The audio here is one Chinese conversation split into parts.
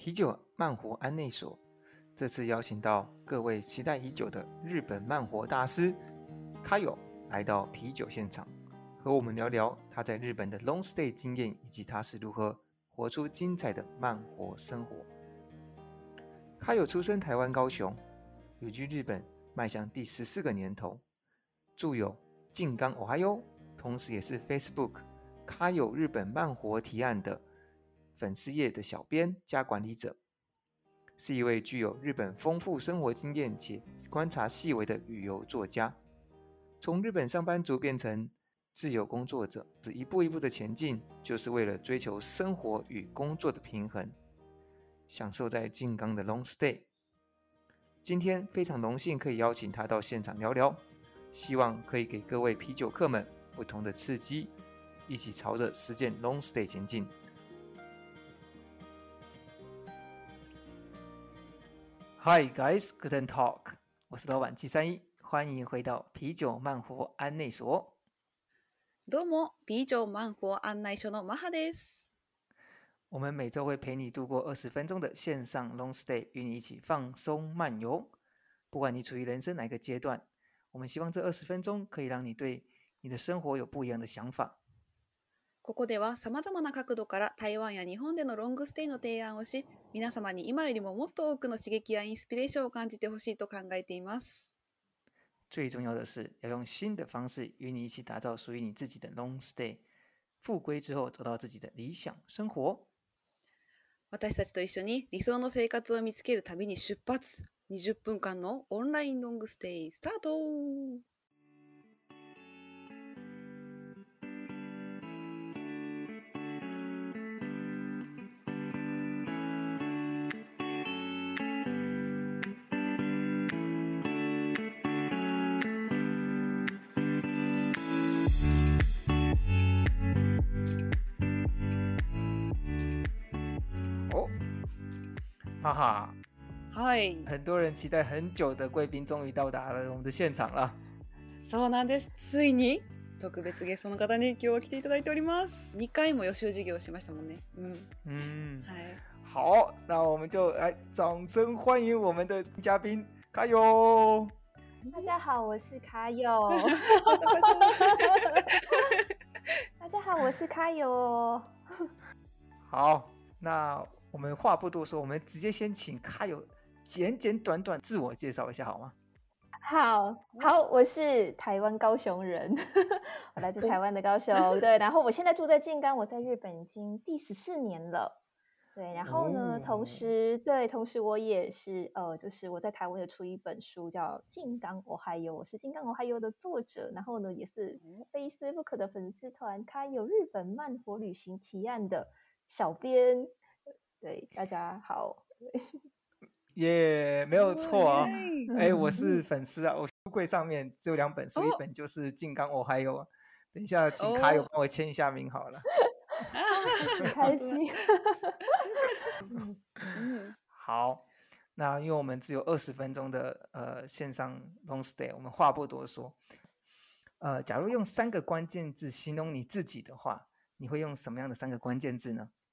啤酒慢活安内所这次邀请到各位期待已久的日本慢活大师卡友来到啤酒现场，和我们聊聊他在日本的 long stay 经验，以及他是如何活出精彩的慢活生活。卡友出生台湾高雄，旅居日本迈向第14个年头，著有静冈おはよう，同时也是 Facebook 卡友日本慢活提案的粉丝页的小编加管理者，是一位具有日本丰富生活经验且观察细微的旅游作家。从日本上班族变成自由工作者，一步一步的前进，就是为了追求生活与工作的平衡，享受在静冈的 long stay。 今天非常荣幸可以邀请他到现场聊聊，希望可以给各位啤酒客们不同的刺激，一起朝着实践 long stay 前进。Hi guys, Guten Talk， 我是老板731，欢迎回到啤酒慢活安内所。 どうも、啤酒慢活案内所のマハです。 我们每周会陪你度过20分钟的线上 long stay， 与你一起放松漫游。不管你处于人生哪个阶段，我们希望这20分钟可以让你对你的生活有不一样的想法。 ここでは様々な角度から台湾や日本でのロングステイの提案をし、皆様に今よりももっと多くの刺激やインスピレーションを感じてほしいと考えています。 最重要的是要用新的方式与你一起打造属于你自己的 long stay， 复归之后找到自己的理想生活。 私たちと一緒に理想の生活を見つける旅に出発。20分間のオンラインロングステイスタート。 哈哈， はい。 很多人期待很久的貴賓終於到達了我們的現場了。 そうなんです。ついに特別ゲストの方に今日は来ていただいております。2回も予習授業をしましたもんね。はい。 好，那我们就来掌声欢迎我们的嘉宾卡友。 大家好，我是卡友。大家好，我是卡友。 好，那我们话不多说，我们直接先请卡友简简短短自我介绍一下好吗？ 好，我是台湾高雄人，我来自台湾的高雄，对，然后我现在住在静冈，我在日本已经第14年了，对，然后呢，同时我也是就是我在台湾有出一本书叫《静冈おはよう》，我是静冈おはよう的作者，然后呢也是 Facebook 的粉丝团卡友日本慢活旅行提案的小编。对，大家好。 耶，没有错啊。我是粉丝啊，我书柜上面只有2本书，一本就是静冈おはよう，等一下请卡友帮我签一下名好了。 很开心。 好，那因为我们只有20分钟的线上 long stay， 我们话不多说。假如用3个关键字形容你自己的话，你会用什么样的3个关键字呢？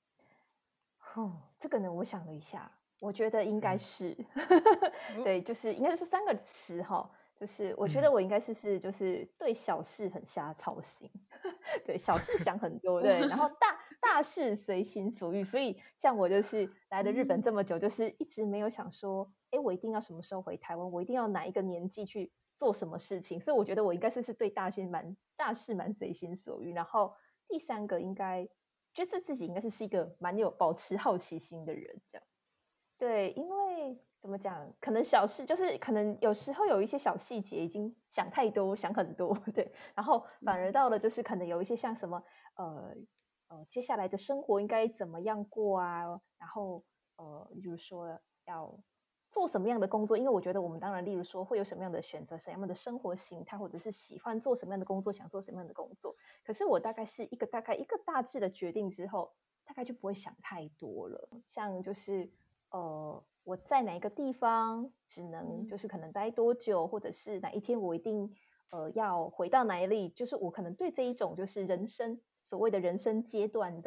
这个呢，我想了一下，我觉得应该是，对，就是应该是3个词哈，就是我觉得我应该是就是对小事很瞎操心，对，小事想很多，对，然后大事随心所欲，所以像我就是来了日本这么久，就是一直没有想说，我一定要什么时候回台湾，我一定要哪一个年纪去做什么事情，所以我觉得我应该是对大事蛮随心所欲，然后第3个应该。觉得自己应该是一个蛮有保持好奇心的人，这样。对，因为怎么讲，可能小事就是可能有时候有一些小细节已经想太多，想很多，对，然后反而到了就是可能有一些像什么接下来的生活应该怎么样过啊，然后例如说要做什么样的工作，因为我觉得我们当然例如说会有什么样的选择，什么样的生活形态，或者是喜欢做什么样的工作，想做什么样的工作，可是我大概是一个大致的决定之后，大概就不会想太多了，像就是我在哪一个地方只能就是可能待多久，或者是哪一天我一定要回到哪里，就是我可能对这一种就是人生所谓的人生阶段的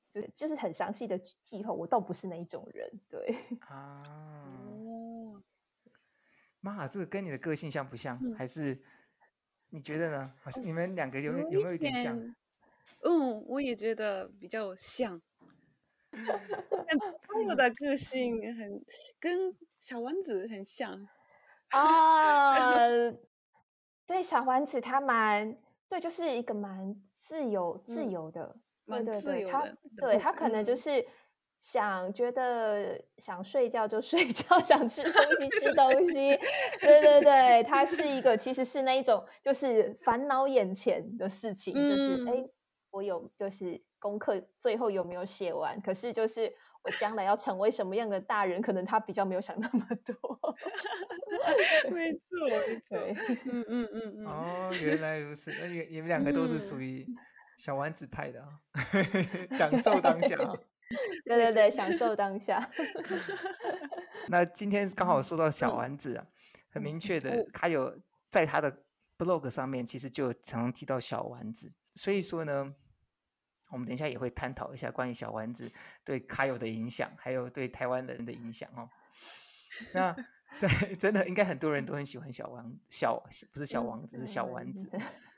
就是很详细的计划，我倒不是那一种人。对啊， 哦， 妈，这个跟你的个性像不像？ 嗯， 还是你觉得呢？好像你们两个有有一有没有一点像？ 点，我也觉得比较像。但他有的个性跟小丸子很像。 啊，对，小丸子他对，就是一个蛮自嗯， 由的。对蛮对对， 自由的部分。 对他可能就是觉得想睡觉就睡觉，想吃东西吃东西。对对对，他是一个其实是那一种就是烦恼眼前的事情，就是哎， 嗯， 我有就是功课最后有没有写完？可是就是我将来要成为什么样的大人，可能他比较没有想那么多。 没错没错。 对。 嗯。 哦，原来如此。那你们两个都是属嗯， 于小丸子派的啊，享受当下啊。 对对对，享受当下。 那今天刚好说到小嗯， 丸子啊，很嗯明确的， 哦， 他有在他的 blog 上面其实就常常提到小丸子，所以说呢，我们等一下也会探讨一下关于小丸子对卡友的影响，还有对台湾人的影响哦。那在真的应该很多人都很喜欢不是小王子，是小丸子。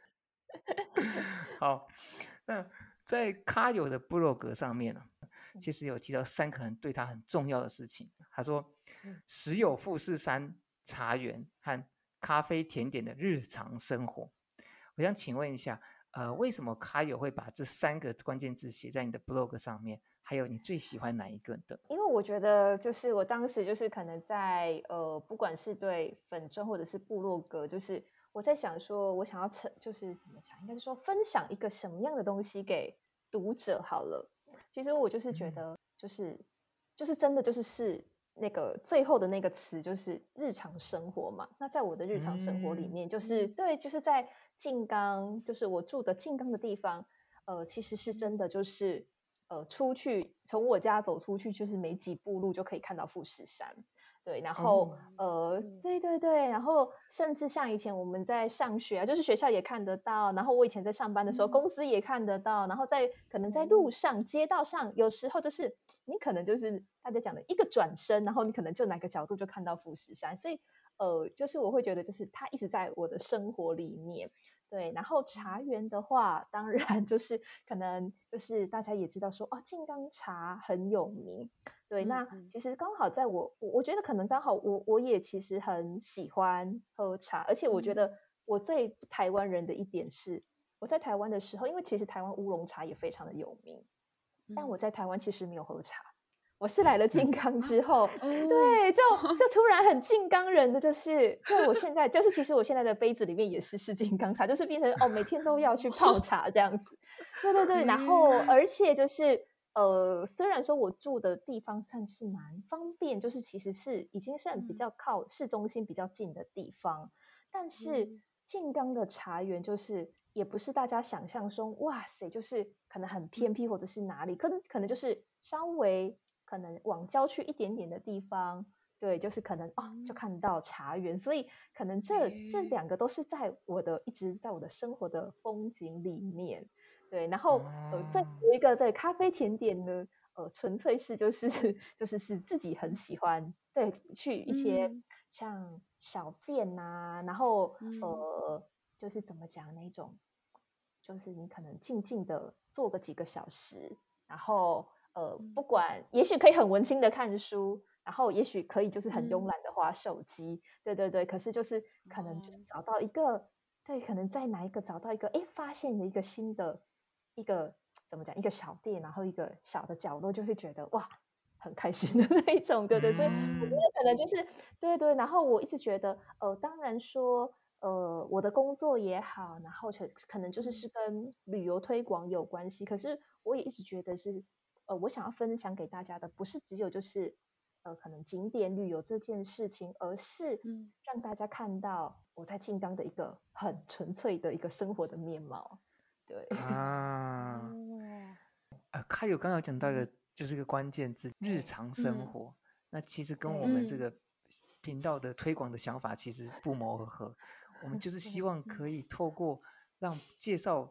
好，那在卡友的部落格上面呢，其实有提到3个对他很重要的事情。他说，时有富士山茶园和咖啡甜点的日常生活。我想请问一下，为什么卡友会把这3个关键字写在你的 blog 上面？还有你最喜欢哪一个的？ 因为我觉得，就是我当时就是可能在不管是对粉专或者是部落格，就是我在想说，我想要就是怎么讲，应该是说分享一个什么样的东西给读者好了。其实我就是觉得，就是真的是那个最后的那个词，就是日常生活嘛。那在我的日常生活里嗯面，就是对，就是在静冈，就是我住的静冈的地方，其实是真的就是出去从我家走出去就是没几步路就可以看到富士山。对，然后对对对，然后甚至像以前我们在上学啊，就是学校也看得到，然后我以前在上班的时候，公司也看得到，然后可能在路上、街道上，有时候就是你可能就是大家讲的一个转身，然后你可能就哪个角度就看到富士山，所以就是我会觉得就是它一直在我的生活里面。对，然后茶园的话，当然就是可能就是大家也知道说哦，静冈茶很有名。对，那其实刚好在我觉得可能刚好我也其实很喜欢喝茶，而且我觉得我最台湾人的一点是，我在台湾的时候，因为其实台湾乌龙茶也非常的有名，但我在台湾其实没有喝茶。我是来了静冈之后，对，就突然很静冈人的，就是对我现在就是其实我现在的杯子里面也是静冈茶，就是变成哦每天都要去泡茶这样子。对对对，然后而且就是虽然说我住的地方算是蛮方便，就是其实是已经算比较靠市中心比较近的地方，但是静冈的茶园就是也不是大家想象中，哇塞，就是可能很偏僻或者是哪里，可能就是稍微可能往郊区一点点的地方，对，就是可能就看到茶园，所以可能这2个都是一直在我的生活的风景里面。对，然后再有一个对咖啡甜点呢，纯粹是就是自己很喜欢，对，去一些像小店呐、然后就是怎么讲那种，就是你可能静静的坐个几个小时，然后不管也许可以很文青的看书，然后也许可以就是很慵懒的滑手机，对对对，可是就是可能就是找到一个，对，可能在哪一个找到一个，哎，发现了一个新的一个怎么讲，一个小店，然后一个小的角落，就会觉得哇，很开心的那一种，对对，所以我觉得可能就是对对，然后我一直觉得，当然说，我的工作也好，然后可能是跟旅游推广有关系，可是我也一直觉得是，我想要分享给大家的，不是只有就是可能景点旅游这件事情，而是让大家看到我在静冈的一个很纯粹的一个生活的面貌。对， 啊，卡友刚刚有讲到就是一个关键字，日常生活。那其实跟我们这个频道的推广的想法其实不谋而合。我们就是希望可以透过介绍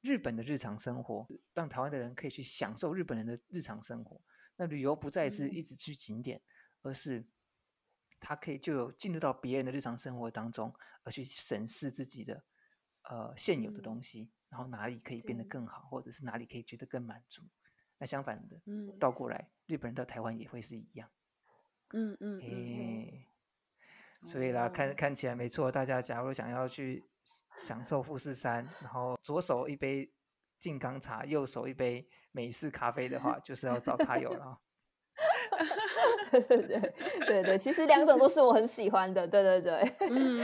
日本的日常生活，让台湾的人可以去享受日本人的日常生活。那旅游不再是一直去景点，而是他可以就有进入到别人的日常生活当中，而去审视自己的现有的东西，然后哪里可以变得更好，或者是哪里可以觉得更满足。那相反的，倒过来，日本人到台湾也会是一样。所以啦，看起来没错。大家假如想要去享受富士山，然后左手一杯静冈茶，右手一杯美式咖啡的话，就是要找卡友了。 对，其实两种都是我很喜欢的，对。对。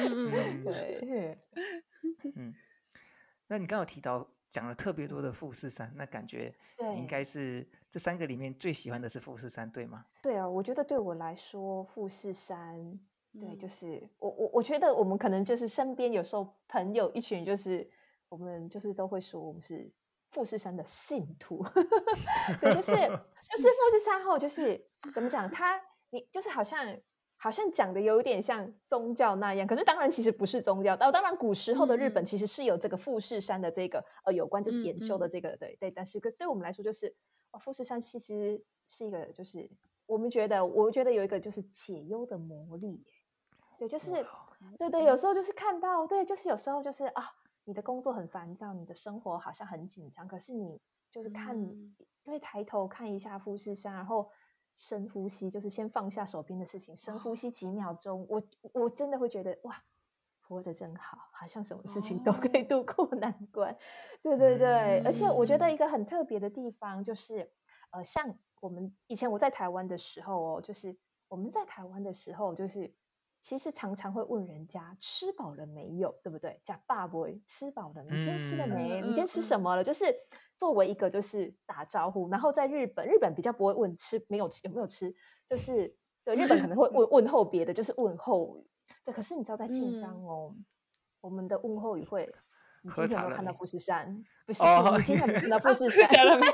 那你刚刚有提到讲了特别多的富士山，那感觉你应该是这3个里面最喜欢的是富士山，对吗？ 对啊，我觉得对我来说，富士山，对，就是我觉得我们可能就是身边有时候朋友一群，就是我们就是都会说我们是富士山的信徒。对，就是富士山后，就是怎么讲，你就是好像讲的有点像宗教那样，可是当然其实不是宗教。当然古时候的日本其实是有这个富士山的这个有关就是研修的这个对，但是对我们来说就是富士山其实是一个就是我觉得有一个就是解忧的魔力。对，就是对，有时候就是看到对，就是有时候就是你的工作很烦躁，你的生活好像很紧张，可是你就是对，抬头看一下富士山，然后深呼吸，就是先放下手边的事情，深呼吸几秒钟，我真的会觉得哇，活着真好，好像什么事情都可以度过难关。对，而且我觉得一个很特别的地方就是像以前我在台湾的时候就是我们在台湾的时候就是其实常常会问人家吃饱了没有，对不对？假爸不会吃饱了，你今天吃了没？你今天吃什么了？就是作为一个就是打招呼。然后在日本比较不会问有没有吃，就是对日本可能会问候别的，就是问候语。对，可是你知道在静冈我们的问候语会。你今天有没有看到富士山？不是，你今天有没有看到富士山？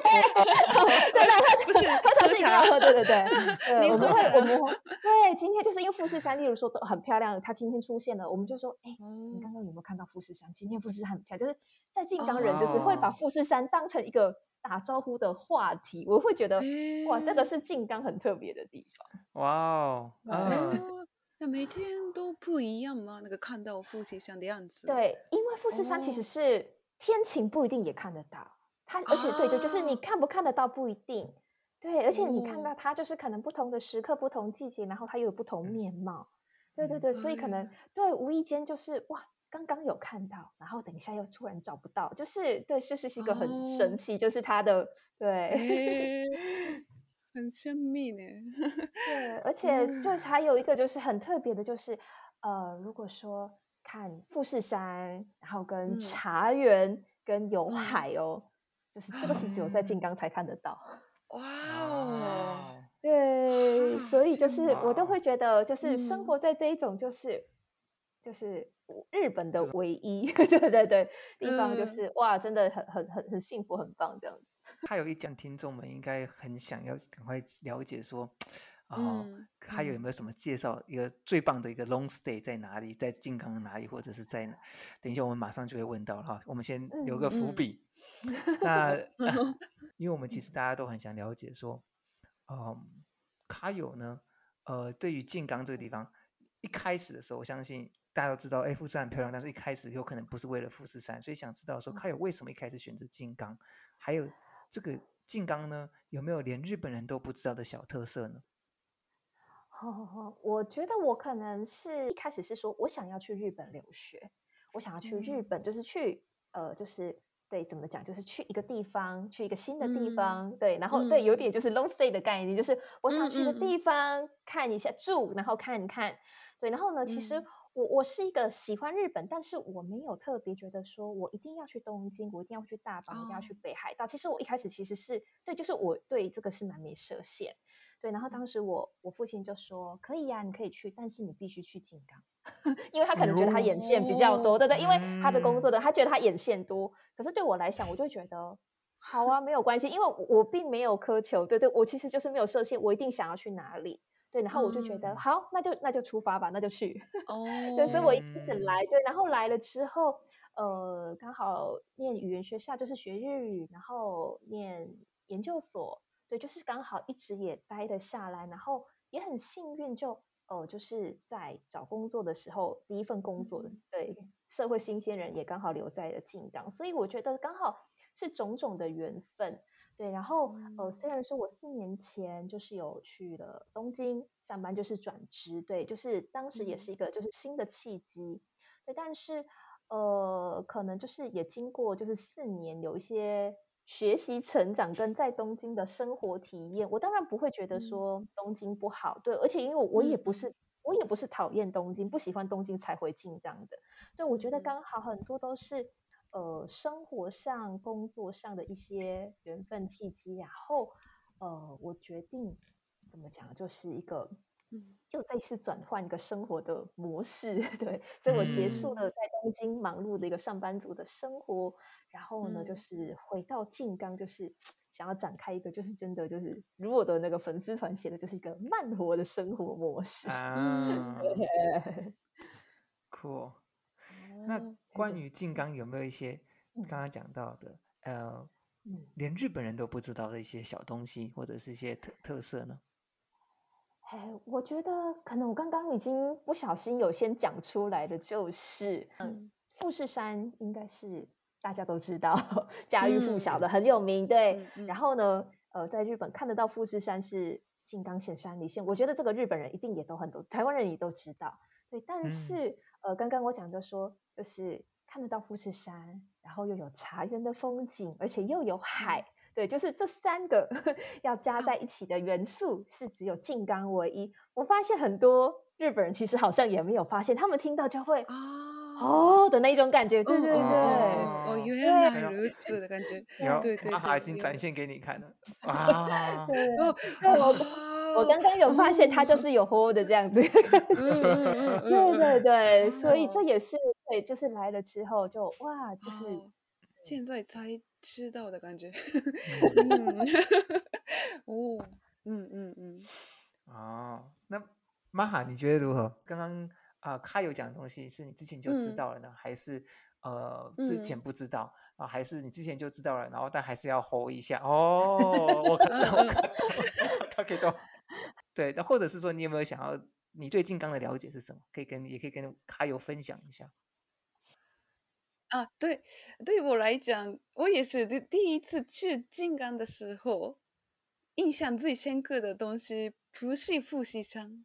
对，不是喝茶是一定要喝，对，我们会对，今天就是因为富士山，例如说都很漂亮，它今天出现了，我们就说，你刚刚有没有看到富士山？今天富士山很漂亮，就是在静冈人就是会把富士山当成一个打招呼的话题，我会觉得哇，这个是静冈很特别的地方。 哇那每天都不一样吗？那个看到富士山的样子？ 对，因为富士山其实是天晴不一定也看得到，而且对，就是你看不看得到不一定。对，而且你看到它就是可能不同的时刻、不同季节，然后它又有不同面貌。对，所以可能对无意间就是哇，刚刚有看到，然后等一下又突然找不到，就是对，就是一个很神奇，就是它的对。 很神秘呢。 对，而且就是还有一个就是很特别的，就是如果说看富士山，然后跟茶园跟有海就是这个是只有在静冈才看得到。 哇对，所以就是我都会觉得，就是生活在这一种就是日本的唯一，对，地方就是哇，真的很幸福，很棒这样子。 他有一讲，听众们应该很想要赶快了解说，他有没有什么介绍一个最棒的一个 long stay 在哪里，在静冈哪里，或者是在哪？等一下我们马上就会问到了，我们先留个伏笔。那因为我们其实大家都很想了解说，卡友呢，对于静冈这个地方，一开始的时候，我相信大家都知道，富士山很漂亮，但是一开始有可能不是为了富士山，所以想知道说，卡友为什么一开始选择静冈，还有这个静冈呢，有没有连日本人都不知道的小特色呢？ 我觉得我可能是一开始是说我想要去日本留学，我想要去日本，就是去就是对怎么讲，就是去一个地方，去一个新的地方，对，然后对有点就是 long stay 的概念，就是我想去一个地方看一下住，然后看一看，对，然后呢，其实我是一个喜欢日本，但是我没有特别觉得说我一定要去东京，我一定要去大阪，我一定要去北海道。其实我一开始其实是对，就是我对这个是蛮没设限。对，然后当时我父亲就说可以呀，你可以去，但是你必须去静冈，因为他可能觉得他眼线比较多，对，因为他的工作他觉得他眼线多。可是对我来讲，我就觉得好啊，没有关系，因为我并没有苛求，对，我其实就是没有设限，我一定想要去哪里。对，然后我就觉得好，那就出发吧，那就去。对，所以我一开始来，对，然后来了之后， 刚好念语言学校，就是学日语，然后念研究所，对，就是刚好一直也待得下来，然后也很幸运就是在找工作的时候，第一份工作，对，社会新鲜人也刚好留在了静冈，所以我觉得刚好是种种的缘分。对，然后虽然说我4年前就是有去了东京上班，就是转职，对，就是当时也是一个就是新的契机，对，但是可能就是也经过就是4年有一些学习成长跟在东京的生活体验，我当然不会觉得说东京不好，对，而且因为我也不是讨厌东京，不喜欢东京才回静冈的，对，我觉得刚好很多都是生活上、工作上的一些缘分契机，然后我决定怎么讲，就是一个就再次转换一个生活的模式，对，所以我结束了在东京忙碌的一个上班族的生活，然后呢，就是回到静冈，就是想要展开一个，就是真的就是如我的那个粉丝团写的，就是一个慢活的生活模式。 啊， 对酷。那关于静冈有没有一些嗯刚刚讲到的嗯。 连日本人都不知道的一些小东西，或者是一些特色呢？ 我觉得可能我刚刚已经不小心有先讲出来的，就是富士山应该是大家都知道，家喻户晓的很有名，对。然后呢，在日本看得到富士山是静冈县山梨县，我觉得这个日本人一定也都很多，台湾人也都知道，对。但是刚刚我讲的说，就是看得到富士山，然后又有茶园的风景，而且又有海。对，就是这3个要加在一起的元素是只有静冈唯一。我发现很多日本人其实好像也没有发现，他们听到就会的那种感觉，对对对， 哦，原来如此的感觉，对对妈妈已经展现给你看了啊！ 对，我刚刚有发现他就是有的这样子，对对对，所以这也是对，就是来了之后就哇，就是现在才知道的感觉。 那玛哈你觉得如何？刚刚卡有讲的东西是你之前就知道了呢，还是之前不知道啊？还是你之前就知道了，然后但还是要吼一下哦？我看到，对，那或者是说你有没有想要你对静冈的了解是什么？也可以跟卡友分享一下。 对，对我来讲，我也是第一次去静冈的时候，印象最深刻的东西不是富士山。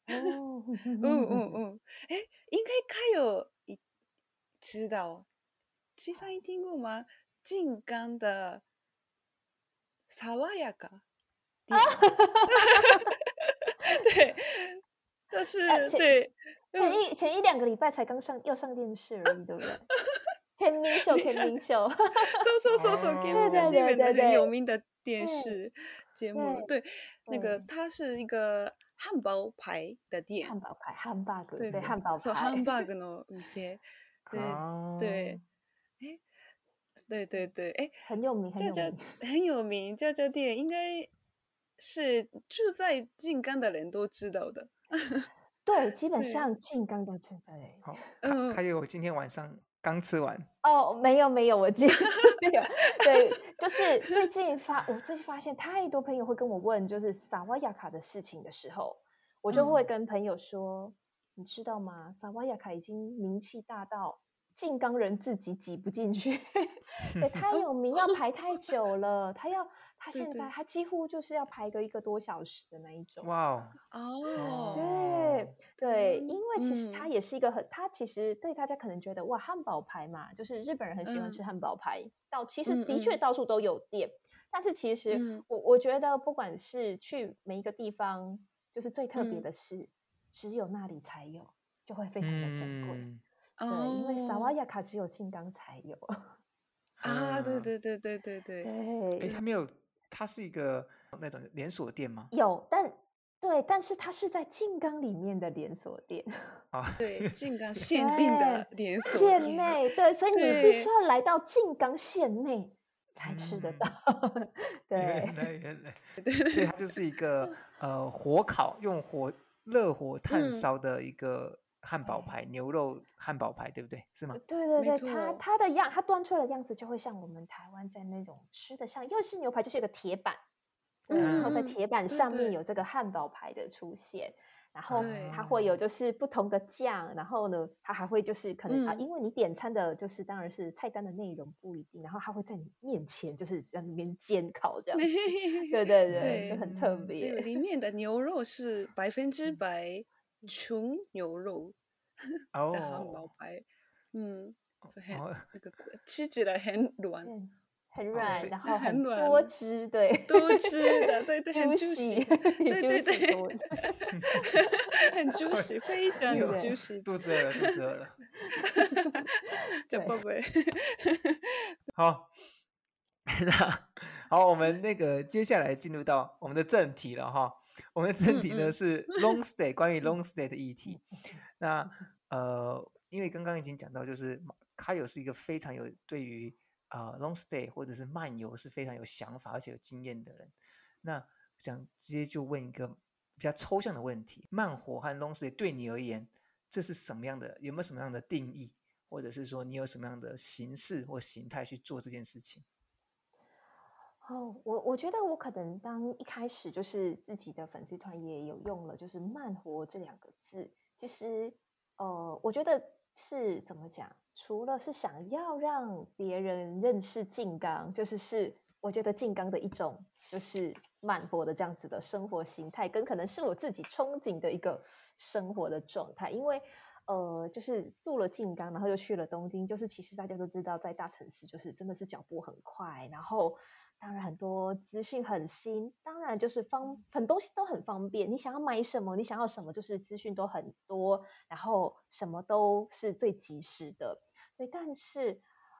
应该卡友知道，小さい听过吗？静冈的爽やか店。对，但是对， 前1-2个礼拜才又上电视而已，对不对？天明秀，天明秀， 天明秀日本的很有名的电视节目，对，那个它是一个汉堡排的店， 汉堡排，汉堡对， 汉堡排， ハンバーグの店，对，对， 很有名， 很有名，这家店应该是住在静冈的人都知道的。 对，基本上静冈都知道。 好，还有今天晚上刚吃完没有，我今天没有。对，就是我最近发现太多朋友会跟我问，就是萨瓦亚卡的事情的时候，我就会跟朋友说，你知道吗？萨瓦亚卡已经名气大到静冈人自己挤不进去，对，太有名，要排太久了，他现在他几乎就是要排个1个多小时的那一种。 哇对，因为其实它也是一个他其实对大家可能觉得哇，汉堡排嘛，就是日本人很喜欢吃汉堡排，其实的确到处都有店，但是其实我觉得不管是去每一个地方，就是最特别的是只有那里才有，就会非常的珍贵。对，因为萨瓦亚卡只有静冈才有。 对， 它是一个那种连锁店吗？ 有，但是它是在静冈里面的连锁店。 对，静冈限定的连锁店。 县内，对，所以你必须要来到静冈县内才吃得到。对， 原来，所以它就是一个火烤用热火炭烧的一个汉堡排，牛肉汉堡排，对不对？是吗？ 对对对， 没错， 它端出来的样子就会像我们台湾在那种吃的像，又是牛排，就是有个铁板，对，然后在嗯铁板对对上面有这个汉堡排的出现，然后对， 它会有就是不同的酱，然后呢，它还会就是可能因为你点餐的就是当然是菜单的内容不一定，然后它会在你面前就是在那边煎烤这样子，对对对，就对， 很特嗯， 还有别， 里面的牛肉是100%纯牛肉的汉堡哦排，嗯，所以哦那个吃起来很软， 很哦， 软， 所以然后很很软， 多汁，对多吃的，对对，很 ，juicy juicy，对对对， juicy 多汁， 很 juicy，非常有对对 juicy， 肚子饿了，肚子饿了。 叫宝对， 贝， 好，那好，我们那个接下来进入到我们的正题了哈。我们的正题呢是 long stay，关于 long stay 的议题。那因为刚刚已经讲到，就是卡友是一个非常有对于long stay 或者是漫游是非常有想法而且有经验的人。那想直接就问一个比较抽象的问题：慢活和 long stay 对你而言，这是什么样的？有没有什么样的定义？或者是说你有什么样的形式或形态去做这件事情？ 我觉得我可能当一开始就是自己的粉丝团也有用了，就是慢活这2个字。其实，我觉得是怎么讲？除了是想要让别人认识静冈，是我觉得静冈的一种就是慢活的这样子的生活形态，跟可能是我自己憧憬的一个生活的状态。因为就是住了静冈，然后又去了东京，就是其实大家都知道，在大城市就是真的是脚步很快，然后当然很多资讯很新，当然就是很多东西都很方便，你想要买什么，你想要什么，就是资讯都很多，然后什么都是最及时的。对，但是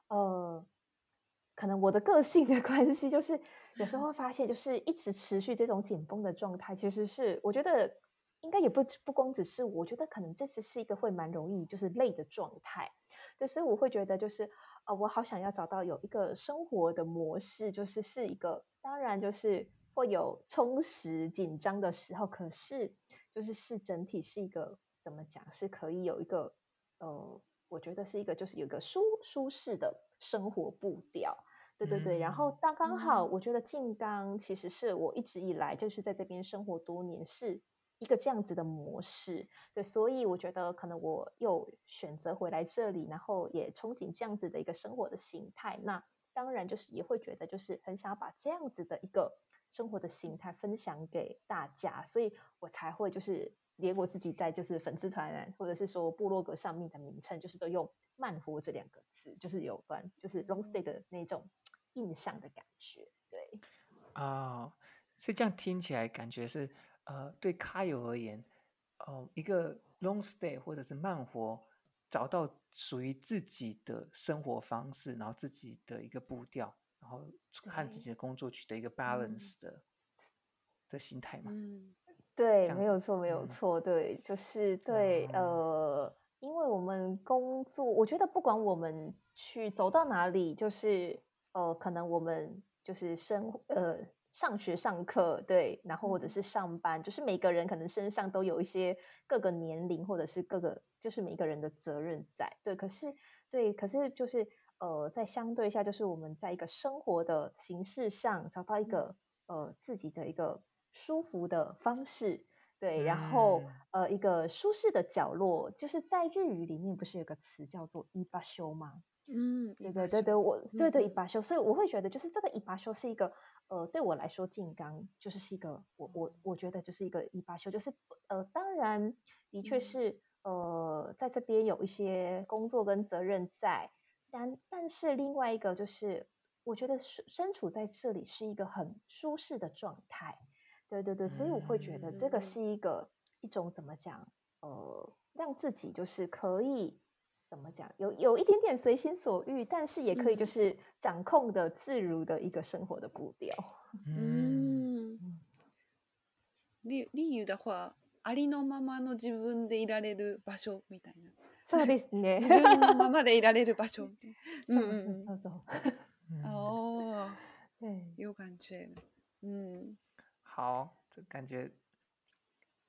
可能我的个性的关系，就是有时候会发现，就是一直持续这种紧绷的状态，其实是我觉得应该也不光只是我觉得可能这只是一个会蛮容易就是累的状态。对，所以我会觉得就是我好想要找到有一个生活的模式，是一个当然就是会有充实紧张的时候，可是是整体是一个怎么讲，是可以有一个我觉得是一个就是有一个舒适的生活步调。对对对，然后刚好，我觉得静冈其实是我一直以来就是在这边生活多年，是一个这样子的模式。对，所以我觉得可能我又选择回来这里，然后也憧憬这样子的一个生活的形态。那当然就是也会觉得就是很想要把这样子的一个生活的形态分享给大家，所以我才会就是连我自己在就是粉丝团或者是说部落格上面的名称，就是都用慢活这2个字，就是有关就是 long stay 的那种印象的感觉。对， 啊，所以这样听起来感觉是，对咖友而言，一个 long stay 或者是慢活，找到属于自己的生活方式，然后自己的一个步调，然后和自对， 己的工作取得一个 balance 的心态嘛， 对， 这样子， 没有错，没有错，对，就是对， 啊， 因为我们工作，我觉得不管我们去走到哪里，可能我们就是上学上课，对，然后或者是上班，就是每个人可能身上都有一些各个年龄或者是各个就是每个人的责任在，对，可是就是在相对下，就是我们在一个生活的形式上找到一个自己的一个舒服的方式，对，然后嗯一个舒适的角落，就是在日语里面不是有个词叫做伊巴修吗？对对对对，对对伊巴修，所以我会觉得就是这个伊巴修是一个对我来说静冈是一个我觉得就是一个伊巴修，就是当然的确是在这边有一些工作跟责任在，但是另外一个就是我觉得身处在这里是一个很舒适的状态。对对对，所以我会觉得这个是一种怎么讲，让自己就是可以怎么讲，有一点点随心所欲，但是也可以就是掌控的自如的一个生活的步调。 嗯リユ的话、ありのままの自分でいられる場所みたいな。 そうですね。 自分のままでいられる場所みたいな。 そうそうそうそう。 哦， 对， 有感觉。 好，这感觉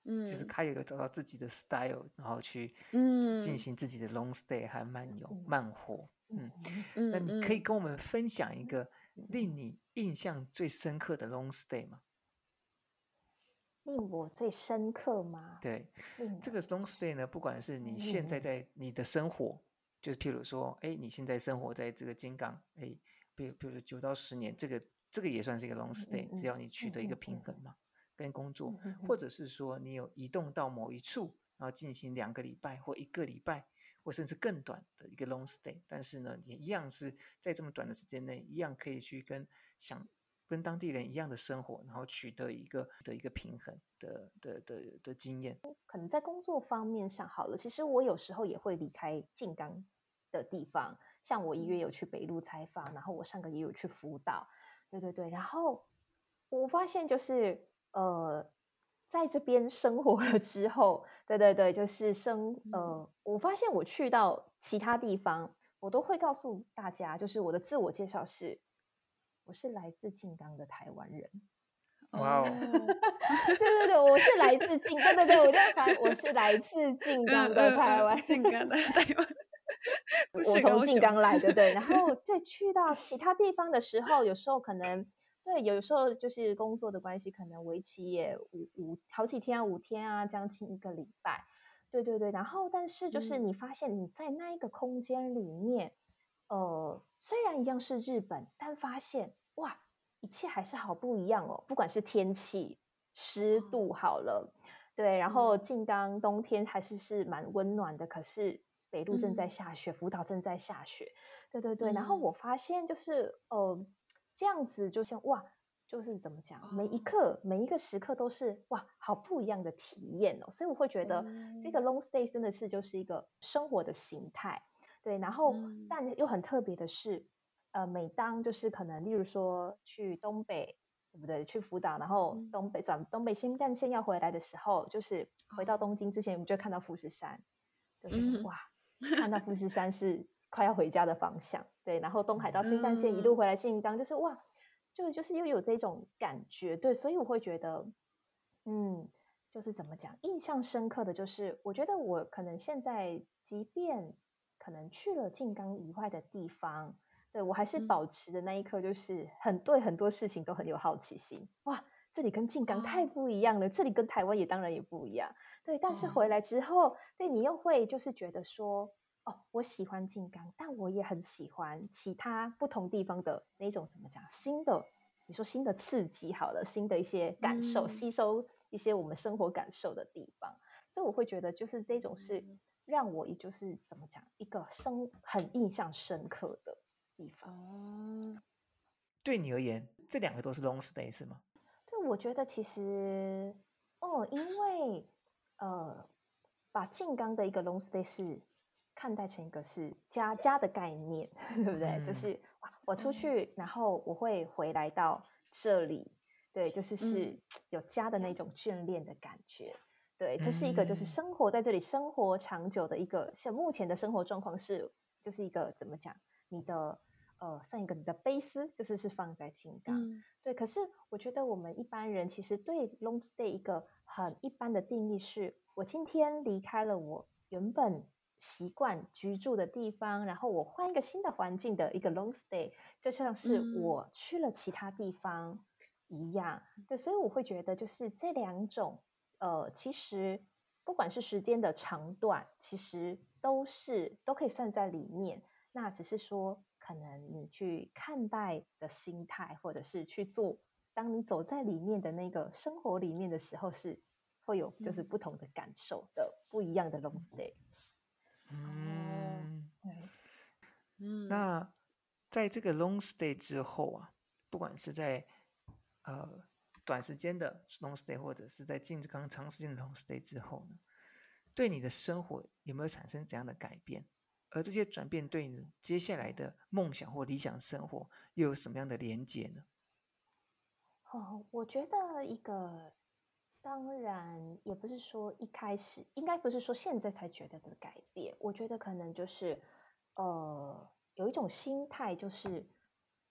嗯就是他有找到自己的 style，然后去进行自己的 long stay 和慢活。那你可以跟我们分享一个令你印象最深刻的 long stay 吗？ 令我最深刻吗？ 对，这个 long stay 呢，不管是你现在在你的生活，就是譬如说，你现在生活在这个金港，比如说9到10年，这个也算是一个 long stay，只要你取得一个平衡嘛，跟工作，或者是说你有移动到某一处，然后进行2个礼拜或1个礼拜，或甚至更短的一个 long stay，但是呢，你一样是在这么短的时间内，一样可以去跟当地人一样的生活，然后取得一个平衡的经验。 可能在工作方面上好了，其实我有时候也会离开静冈的地方，像我1月有去北路采访，然后我上个月有去辅导，对，然后我发现就是在这边生活了之后，对，就是我发现我去到其他地方，我都会告诉大家，就是我的自我介绍是，我是来自静冈的台湾人。 哇哦， 对，我是来自静，对，我就传我是来自静冈的台湾人， 静冈的台湾， 我从静冈来的，对，然后再去到其他地方的时候，有时候可能对，有时候就是工作的关系，可能为期也好几天啊，5天啊，将近1个礼拜，对，然后但是就是你发现你在那一个空间里面，虽然一样是日本，但发现哇，一切还是好不一样哦，不管是天气、湿度好了，对，然后静冈冬天还是蛮温暖的，可是北路正在下雪，福岛正在下雪，对，然后我发现就是这样子就像哇，就是怎么讲，每一刻每一个时刻都是哇，好不一样的体验哦，所以我会觉得这个 long stay 真的是就是一个生活的形态，对，然后但又很特别的是，每当就是可能例如说去东北。对不对？去福岛，然后转东北新干线要回来的时候，就是回到东京之前，我们就看到富士山，就觉得哇，看到富士山是快要回家的方向，对，然后东海道新干线一路回来静冈，就是哇，就是又有这种感觉，对，所以我会觉得，就是怎么讲，印象深刻的就是，我觉得我可能现在即便可能去了静冈以外的地方。对，我还是保持的那一刻，就是对很多事情都很有好奇心。哇，这里跟静冈太不一样了，这里跟台湾也当然也不一样。对，但是回来之后，对你又会就是觉得说，我喜欢静冈，但我也很喜欢其他不同地方的那种怎么讲，你说新的刺激好了，新的一些感受，吸收一些我们生活感受的地方。所以我会觉得，就是这种是让我也就是怎么讲，一个很印象深刻的。地方对你而言，这2个都是 long stay 是吗？ 对，我觉得其实因为把静冈的一个 long stay 是看待成一个是家的概念，对不对？就是我出去，然后我会回来到这里，对，就是有家的那种眷恋的感觉。对，这是一个就是生活在这里生活长久的一个，像目前的生活状况就是一个怎么讲，你的算一个你的base就是放在静冈，对。可是我觉得我们一般人其实对 long stay 一个很一般的定义是，我今天离开了我原本习惯居住的地方，然后我换一个新的环境的一个 long stay，就像是我去了其他地方一样，对。所以我会觉得就是这2种。其实不管是时间的长短，其实都可以算在里面。那只是说，可能你去看待的心态，或者是去做，当你走在里面的那个生活里面的时候，是会有就是不同的感受的，不一样的 long stay。 那在这个 long stay 之后啊，不管是在短时间的 long stay，或者是在静冈长时间的 long stay 之后呢，对你的生活有没有产生怎样的改变？而这些转变对你接下来的梦想或理想生活又有什么样的连结呢？ 我觉得当然也不是说一开始，应该不是说现在才觉得的改变。我觉得可能就是有一种心态，就是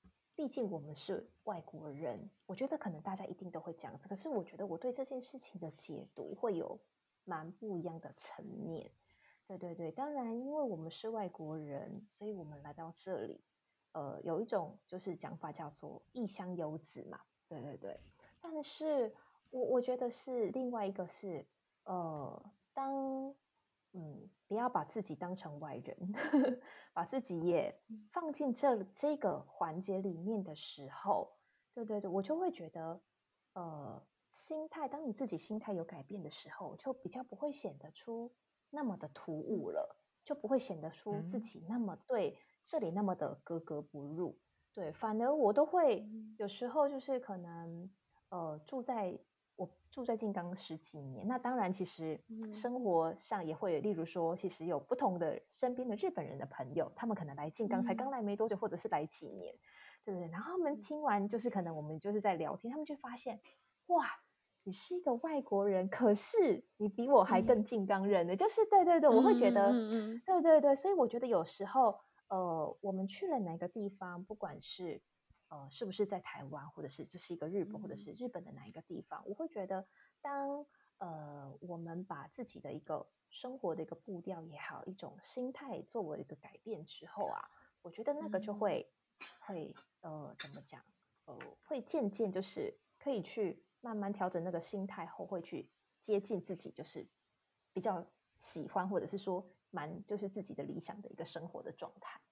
毕竟我们是外国人，我觉得可能大家一定都会这样子，可是我觉得我对这件事情的解读会有蛮不一样的层面。对对对，当然因为我们是外国人，所以我们来到这里，有一种就是讲法叫做异乡游子嘛，对对对。但是我觉得是另外一个是，当不要把自己当成外人，把自己也放进这个环节里面的时候，对对对，我就会觉得，心态，当你自己心态有改变的时候，就比较不会显得出那么的突兀了，就不会显得出自嗯己那么对这里那么的格格不入。对，反而我都会有时候就是可能我住在静冈10几年，那当然其实生活上也会有，例如说其实有不同的身边的日本人的朋友，他们可能来静冈才刚来没多久，或者是来几年，对不对？然后他们听完就是可能我们就是在聊天，他们就发现哇，你是一个外国人，可是你比我还更静冈人的，就是对对对，我会觉得，对对对，所以我觉得有时候我们去了哪个地方，不管是是不是在台湾，或者是这是一个日本，或者是日本的哪一个地方，我会觉得当我们把自己的一个生活的一个步调也好，一种心态作为一个改变之后啊，我觉得那个就会怎么讲，会渐渐就是可以去慢慢调整那个心态后，会去接近自己就是比较喜欢，或者是说蛮就是自己的理想的一个生活的状态。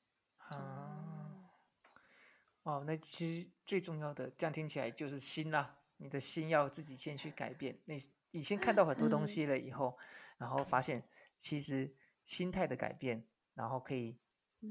哦，那其实最重要的，这样听起来就是心啦。你的心要自己先去改变。你先看到很多东西了以后，然后发现其实心态的改变，然后可以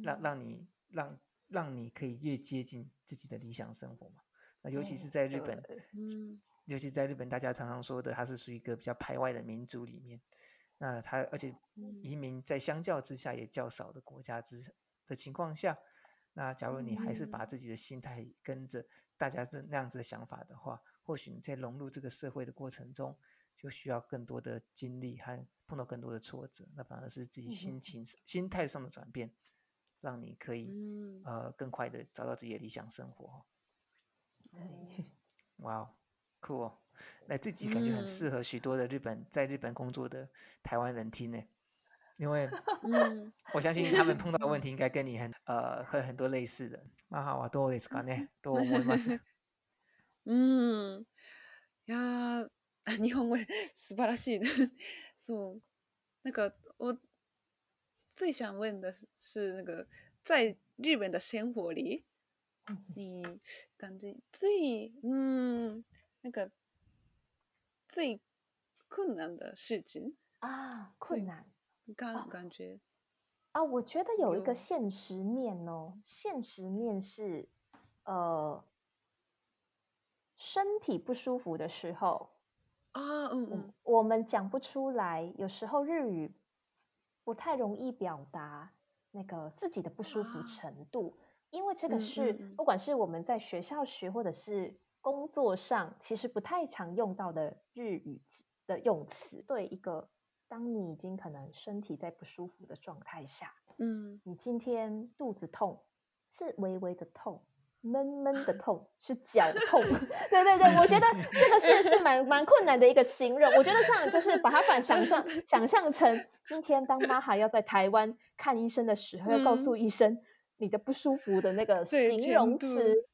让你可以越接近自己的理想生活嘛。那尤其是在日本，尤其在日本，大家常常说的，它是属于一个比较排外的民族里面。那它而且移民在相较之下也较少的国家的情况下。那假如你还是把自己的心态跟着大家那样子的想法的话，或许你在融入这个社会的过程中，就需要更多的精力和碰到更多的挫折，那反而是自己心态上的转变，让你可以更快的找到自己的理想生活。 对， 哇哦，酷哦！那自己感觉很适合许多的在日本工作的台湾人听呢。因为我相信他们碰到的问题应该跟你会很多类似的。まあどうですかね。どう思います？ いやー、日本語素晴らしい。そう，那个我最想问的是，那个在日本的生活里，你感觉那个最困难的事情啊，困难感觉啊，我觉得有一个现实面哦，现实面是身体不舒服的时候啊， 我们讲不出来，有时候日语不太容易表达那个自己的不舒服程度，因为这个是不管是我们在学校学或者是工作上，其实不太常用到的日语的用词。对一个当你已经可能身体在不舒服的状态下，你今天肚子痛是微微的痛，闷闷的痛是绞痛，对对对，我觉得这个是蛮困难的一个形容。我觉得像就是把它想象成今天当妈还要在台湾看医生的时候，要告诉医生你的不舒服的那个形容词，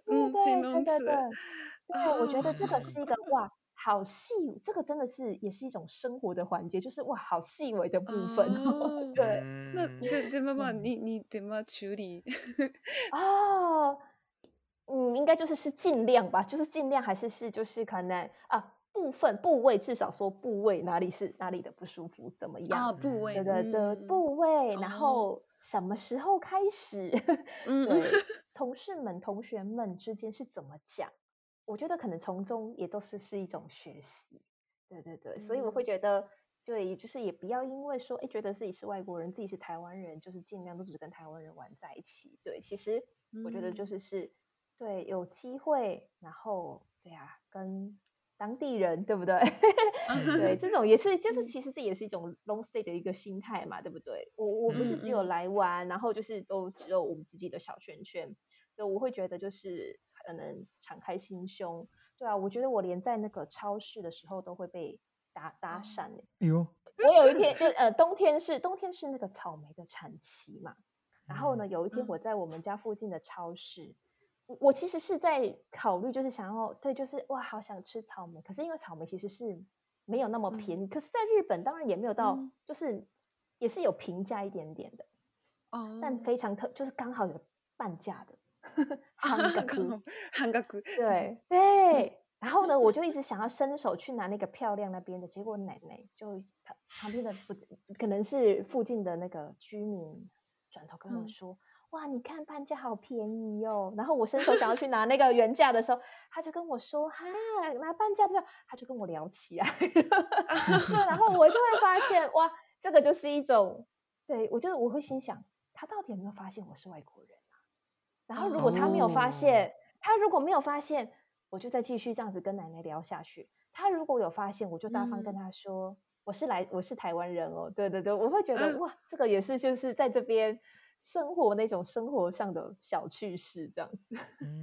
对，我觉得这个是一个哇。好细，这个真的是也是一种生活的环节，就是哇，好细微的部分。对， 那这妈妈，你怎么处理？ 哦，应该就是尽量吧，就是尽量还是就是可能部位至少说部位哪里的不舒服怎么样啊，部位的部位，然后什么时候开始，对，同学们之间是怎么讲？我觉得可能从中也都是一种学习，对对对，所以我会觉得，对，就是也不要因为说，觉得自己是外国人，自己是台湾人，就是尽量都只跟台湾人玩在一起。对，其实我觉得就是对，有机会，然后对啊，跟当地人，对不对？对，这种也是，就是其实这也是一种 long stay 的一个心态嘛，对不对？我不是只有来玩，然后就是都只有我们自己的小圈圈。 就我会觉得就是可能敞开心胸。对啊，我觉得我连在那个超市的时候都会被搭讪欸。 哎呦， 我有一天就冬天是那个草莓的产期嘛，然后呢有一天我在我们家附近的超市，我其实是在考虑就是想要对就是哇好想吃草莓，可是因为草莓其实是没有那么便宜，可是在日本当然也没有到就是也是有平价一点点的，但非常就是刚好有半价的半額对对。然后呢，我就一直想要伸手去拿那个漂亮那边的，结果奶奶就旁边的可能是附近的那个居民转头跟我说：“哇，你看半价好便宜哦。”然后我伸手想要去拿那个原价的时候，他就跟我说：“哈，拿半价的。”他就跟我聊起来，然后我就会发现，哇，这个就是一种，对我会心想，他到底有没有发现我是外国人啊？然后如果他没有发现，他如果没有发现，我就再继续这样子跟奶奶聊下去。他如果有发现，我就大方跟他说，我是台湾人哦。对对对，我会觉得哇，这个也是就是在这边生活那种生活上的小趣事这样子。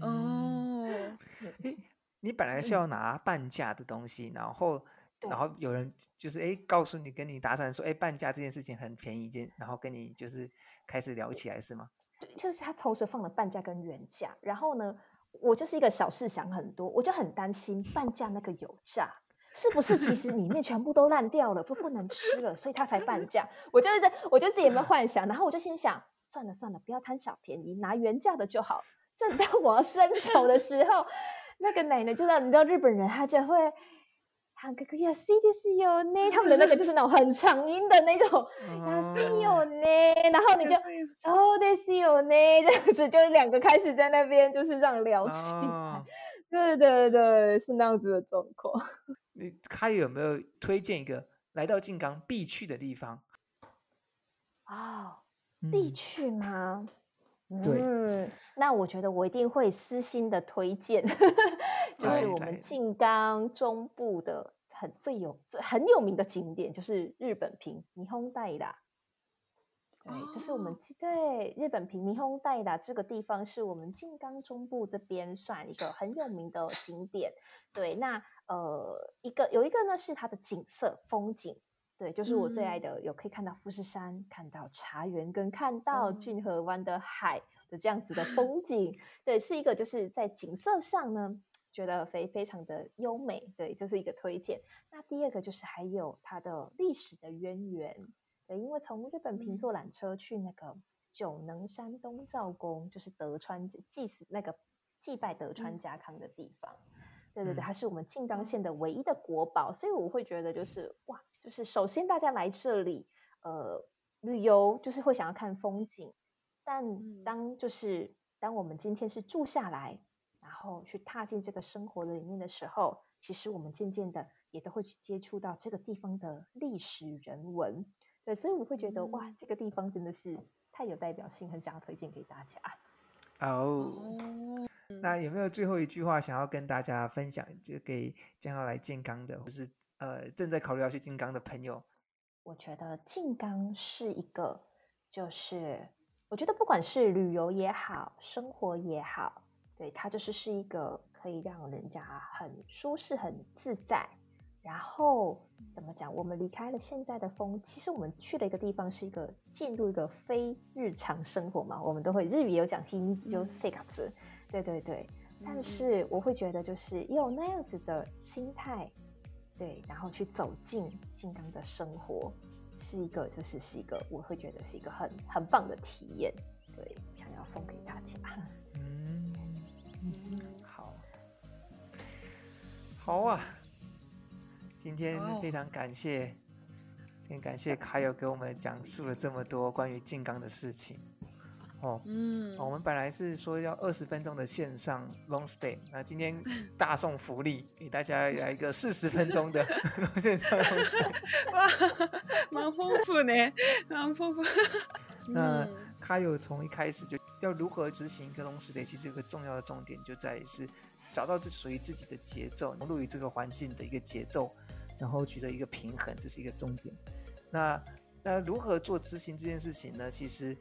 你本来是要拿半价的东西，然后有人就是告诉你跟你搭讪说半价这件事情很便宜，然后跟你就是开始聊起来是吗？ 就是他同时放了半价跟原价，然后呢我就是一个小事想很多，我就很担心半价那个有诈，是不是其实里面全部都烂掉了，不能吃了，所以他才半价。我就自己有没有幻想，然后我就心想，算了，不要贪小便宜，拿原价的就好。正当我要伸手的时候，那个奶奶你知道日本人他就会韩国語安いですよね，他们的那个就是那种很长音的那种安いよね，然后你就そうですよね，这样子就是两个开始在那边就是这样聊起来。对对对，是那样子的状况。 他有没有推荐一个来到静冈必去的地方？ 必去吗？ 对， 那我觉得我一定会私心的推荐，就是我们静冈中部的很有名的景点，就是日本平日本平。对，这是我们对日本平日本平这个地方是我们静冈中部这边算一个很有名的景点。对，那有一个呢是它的景色风景。对，就是我最爱的，有可以看到富士山，看到茶园，跟看到骏河湾的海的这样子的风景。对，是一个就是在景色上呢，觉得非常的优美。对，这是一个推荐。那第二个就是还有它的历史的渊源。对，因为从日本平坐缆车去那个九能山东照宫，就是德川祭拜德川家康的地方。对对对，它是我们静冈县的唯一的国宝，所以我会觉得就是哇，就是首先大家来这里旅游就是会想要看风景，但当我们今天是住下来，然后去踏进这个生活的里面的时候，其实我们渐渐的也都会去接触到这个地方的历史人文。对，所以我会觉得哇，这个地方真的是太有代表性，很想要推荐给大家。 那有没有最后一句话想要跟大家分享，就给将要来静冈的，或是正在考虑要去静冈的朋友？ 我觉得静冈是一个，就是我觉得不管是旅游也好，生活也好，对，它就是一个可以让人家很舒适、很自在。然后怎么讲？我们离开了现在的其实我们去了一个地方，是进入一个非日常生活嘛。我们都会日语也有讲日常生活，对对对。但是我会觉得就是有那样子的心态，对，然后去走进静冈的生活，是一个我会觉得是一个很棒的体验，对，想要送给大家。 好啊。今天非常感谢卡友给我们讲述了这么多关于静冈的事情。我们本来是说要20分钟的线上 long stay， 那今天大送福利，给大家来一个40分钟的线上 long stay。 哇，蛮丰富呢，蛮丰富。 那卡友从一开始就要如何执行一个 long stay， 其实有个重要的重点就在于是找到属于自己的节奏，融入于这个环境的一个节奏，然后取得一个平衡，这是一个重点。那如何做执行这件事情呢？其实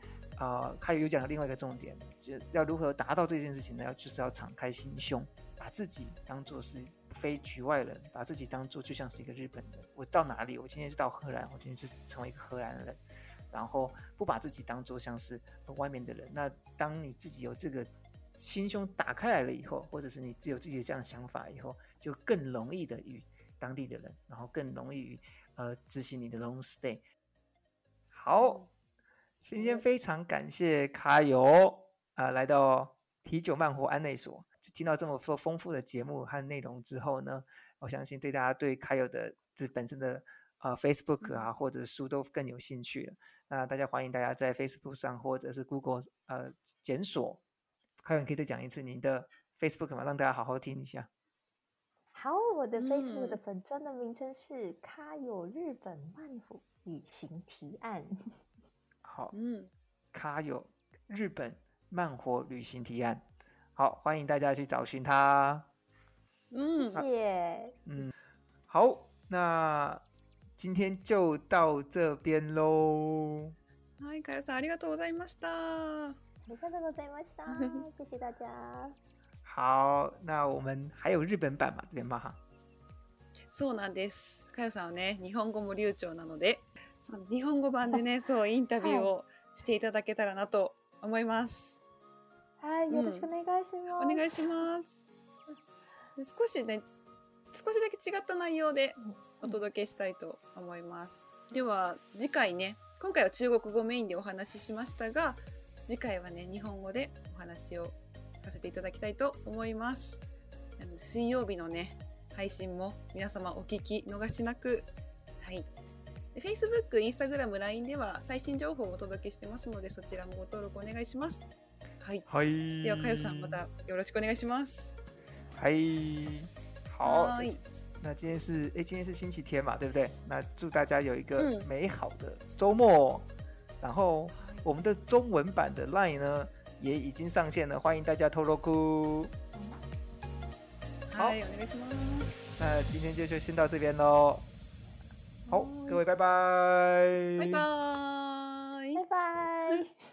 还有讲另外一个重点，就要如何达到这件事情呢？就是要敞开心胸，把自己当作是非局外人，把自己当作就像是一个日本人。我到哪里，我今天就到荷兰，我今天就成为一个荷兰人，然后不把自己当作像是外面的人。那当你自己有这个心胸打开来了以后，或者是你只有自己的这样的想法以后，就更容易的与当地的人，然后更容易于执行你的 long stay。好，今天非常感谢卡友来到啤酒漫活安内所，听到这么多丰富的节目和内容之后呢，我相信对大家对卡友的本身的Facebook 啊或者是书都更有兴趣了。那大家欢迎大家在 Facebook 上或者是 Google 检索。卡友，你可以再讲一次您的 Facebook 吗？让大家好好听一下。 好，我的 Facebook 的粉专的名称是卡友日本漫活旅行提案。 好，卡友日本漫活旅行提案。好，欢迎大家去找寻它。 谢谢。 好，那今天就到这边喽。 はい、かよさんありがとうございました。 ありがとうございました。谢谢大家。 好，那我们还有日本版嘛，对吗？ そうなんです。かよさんはね、日本語も流暢なので、その日本語版でね、そうインタビューをしていただけたらなと思います。 はい、よろしくお願いします。 お願いします。で少しだけ違った内容でお届けしたいと思います。では次回ね、今回は中国語メインでお話ししましたが、次回はね、日本語でお話をさせていただきたいと思います。水曜日のね、配信も皆様お聞き逃しなく。はい。で Facebook、Instagram、LINE では最新情報をお届けしてますので、そちらもご登録お願いします。はい。 はい。 では、かよさんまたよろしくお願いします。 はい。好。那今天是星期天嘛，对不对？那祝大家有一个美好的周末。然后我们的中文版的 LINE 呢也已经上线了，欢迎大家登録。 好，お願いします。 那今天就先到这边喽。好，各位拜拜。 拜拜。 拜拜。